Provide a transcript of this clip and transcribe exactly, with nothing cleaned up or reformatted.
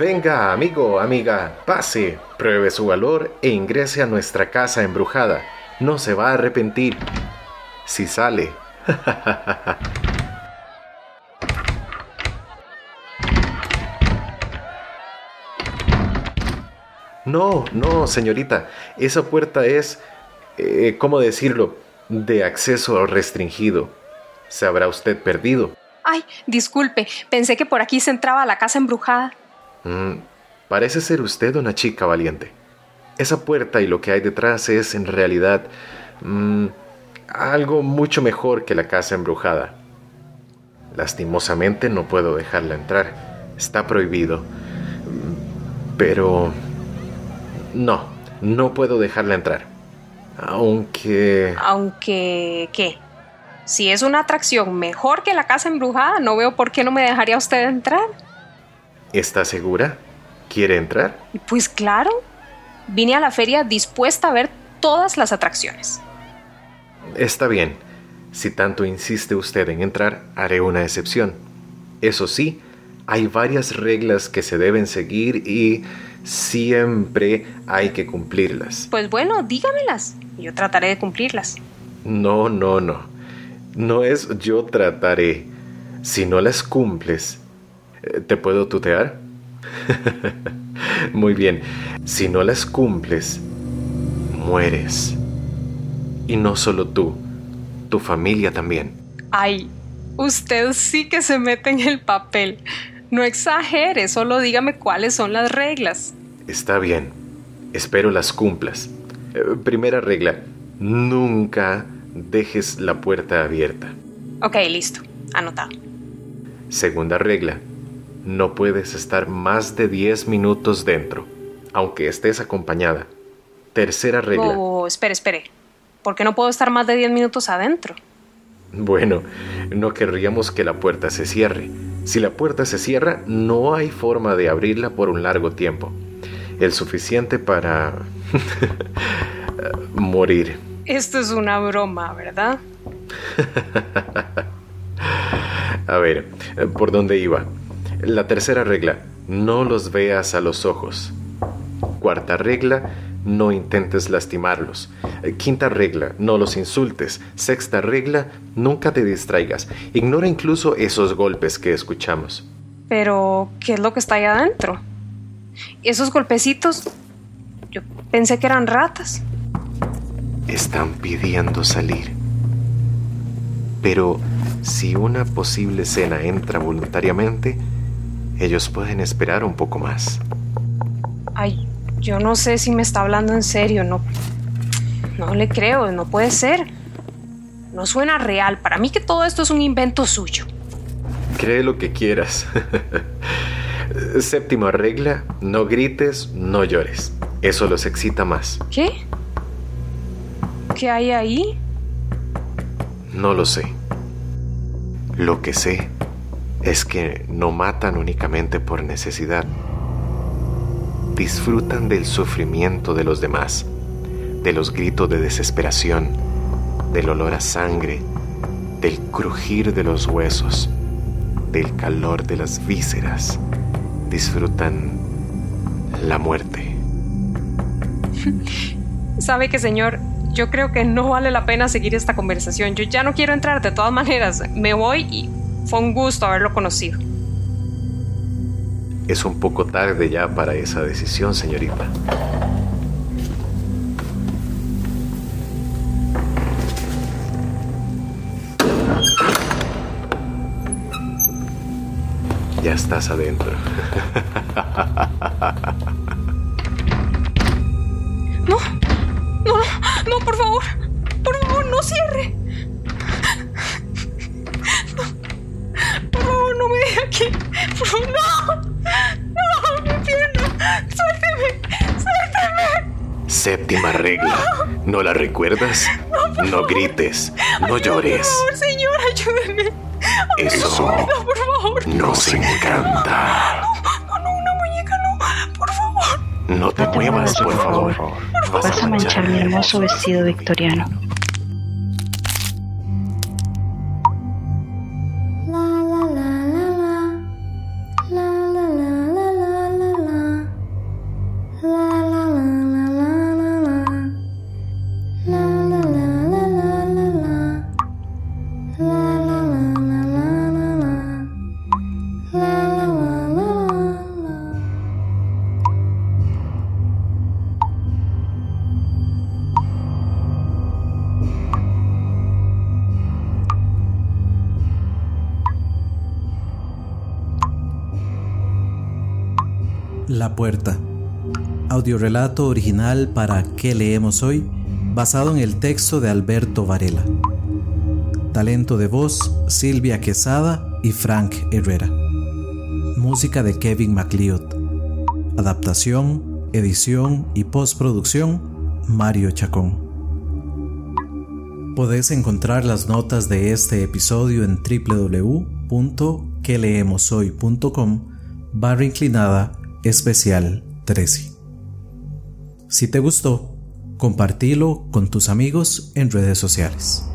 Venga, amigo, amiga, pase, pruebe su valor e ingrese a nuestra casa embrujada. No se va a arrepentir. Si sale. No, no, señorita. Esa puerta es, eh, ¿cómo decirlo?, de acceso restringido. Se habrá usted perdido. Ay, disculpe, pensé que por aquí se entraba a la casa embrujada. Mm, parece ser usted una chica valiente. Esa puerta y lo que hay detrás es, en realidad, mm, algo mucho mejor que la casa embrujada. Lastimosamente no puedo dejarla entrar. Está prohibido. Pero... no, no puedo dejarla entrar. Aunque... ¿Aunque qué? Si es una atracción mejor que la casa embrujada, no veo por qué no me dejaría usted entrar. ¿Está segura? ¿Quiere entrar? Pues claro. Vine a la feria dispuesta a ver todas las atracciones. Está bien. Si tanto insiste usted en entrar, haré una excepción. Eso sí, hay varias reglas que se deben seguir y siempre hay que cumplirlas. Pues bueno, dígamelas. Yo trataré de cumplirlas. No, no, no. No es yo trataré. Si no las cumples, ¿te puedo tutear? Muy bien. Si no las cumples, mueres. Y no solo tú, tu familia también. Ay, usted sí que se mete en el papel. No exagere, solo dígame cuáles son las reglas. Está bien. Espero las cumplas. Eh, primera regla. Nunca dejes la puerta abierta. Ok, listo. Anotado. Segunda regla. No puedes estar más de diez minutos dentro, aunque estés acompañada. Tercera regla. Oh, espere, espere. ¿Por qué no puedo estar más de diez minutos adentro? Bueno, no querríamos que la puerta se cierre. Si la puerta se cierra, no hay forma de abrirla por un largo tiempo. El suficiente para... morir. Esto es una broma, ¿verdad? A ver, ¿por dónde iba? La tercera regla, no los veas a los ojos. Cuarta regla, no intentes lastimarlos. Quinta regla, no los insultes. Sexta regla, nunca te distraigas. Ignora incluso esos golpes que escuchamos. Pero, ¿qué es lo que está ahí adentro? Esos golpecitos, yo pensé que eran ratas. Están pidiendo salir. Pero si una posible cena entra voluntariamente, ellos pueden esperar un poco más. Ay, yo no sé si me está hablando en serio. No, no le creo, no puede ser. No suena real. Para mí que todo esto es un invento suyo. Cree lo que quieras. Séptima regla, no grites, no llores. Eso los excita más. ¿Qué? ¿Qué hay ahí? No lo sé. Lo que sé es que no matan únicamente por necesidad. Disfrutan del sufrimiento de los demás, de los gritos de desesperación, del olor a sangre, del crujir de los huesos, del calor de las vísceras. Disfrutan la muerte. ¿Sabe qué, señor? Yo creo que no vale la pena seguir esta conversación. Yo ya no quiero entrar, de todas maneras. Me voy y fue un gusto haberlo conocido. Es un poco tarde ya para esa decisión, señorita. Ya estás adentro. No, no, no, por favor. Por favor, no cierre. No, por favor, no me deje aquí. Por favor, no. No, mi pierna. Suélteme, suélteme. Séptima regla. ¿No la recuerdas? No, no grites, no llores. Por favor, señor, ayúdeme. Eso No, por favor. nos encanta. No, no, una muñeca, no. Por favor. No te muevas, por favor. Vas a manchar mi hermoso vestido victoriano. La la la la la la la la la la la La Puerta. Audiorelato original para ¿Qué leemos hoy? Basado en el texto de Alberto Varela. Talento de voz: Silvia Quesada y Frank Herrera. Música de Kevin MacLeod. Adaptación, edición y postproducción: Mario Chacón. Podés encontrar las notas de este episodio en doble u doble u doble u punto que leemos hoy punto com barra inclinada especial trece. Si te gustó, compartilo con tus amigos en redes sociales.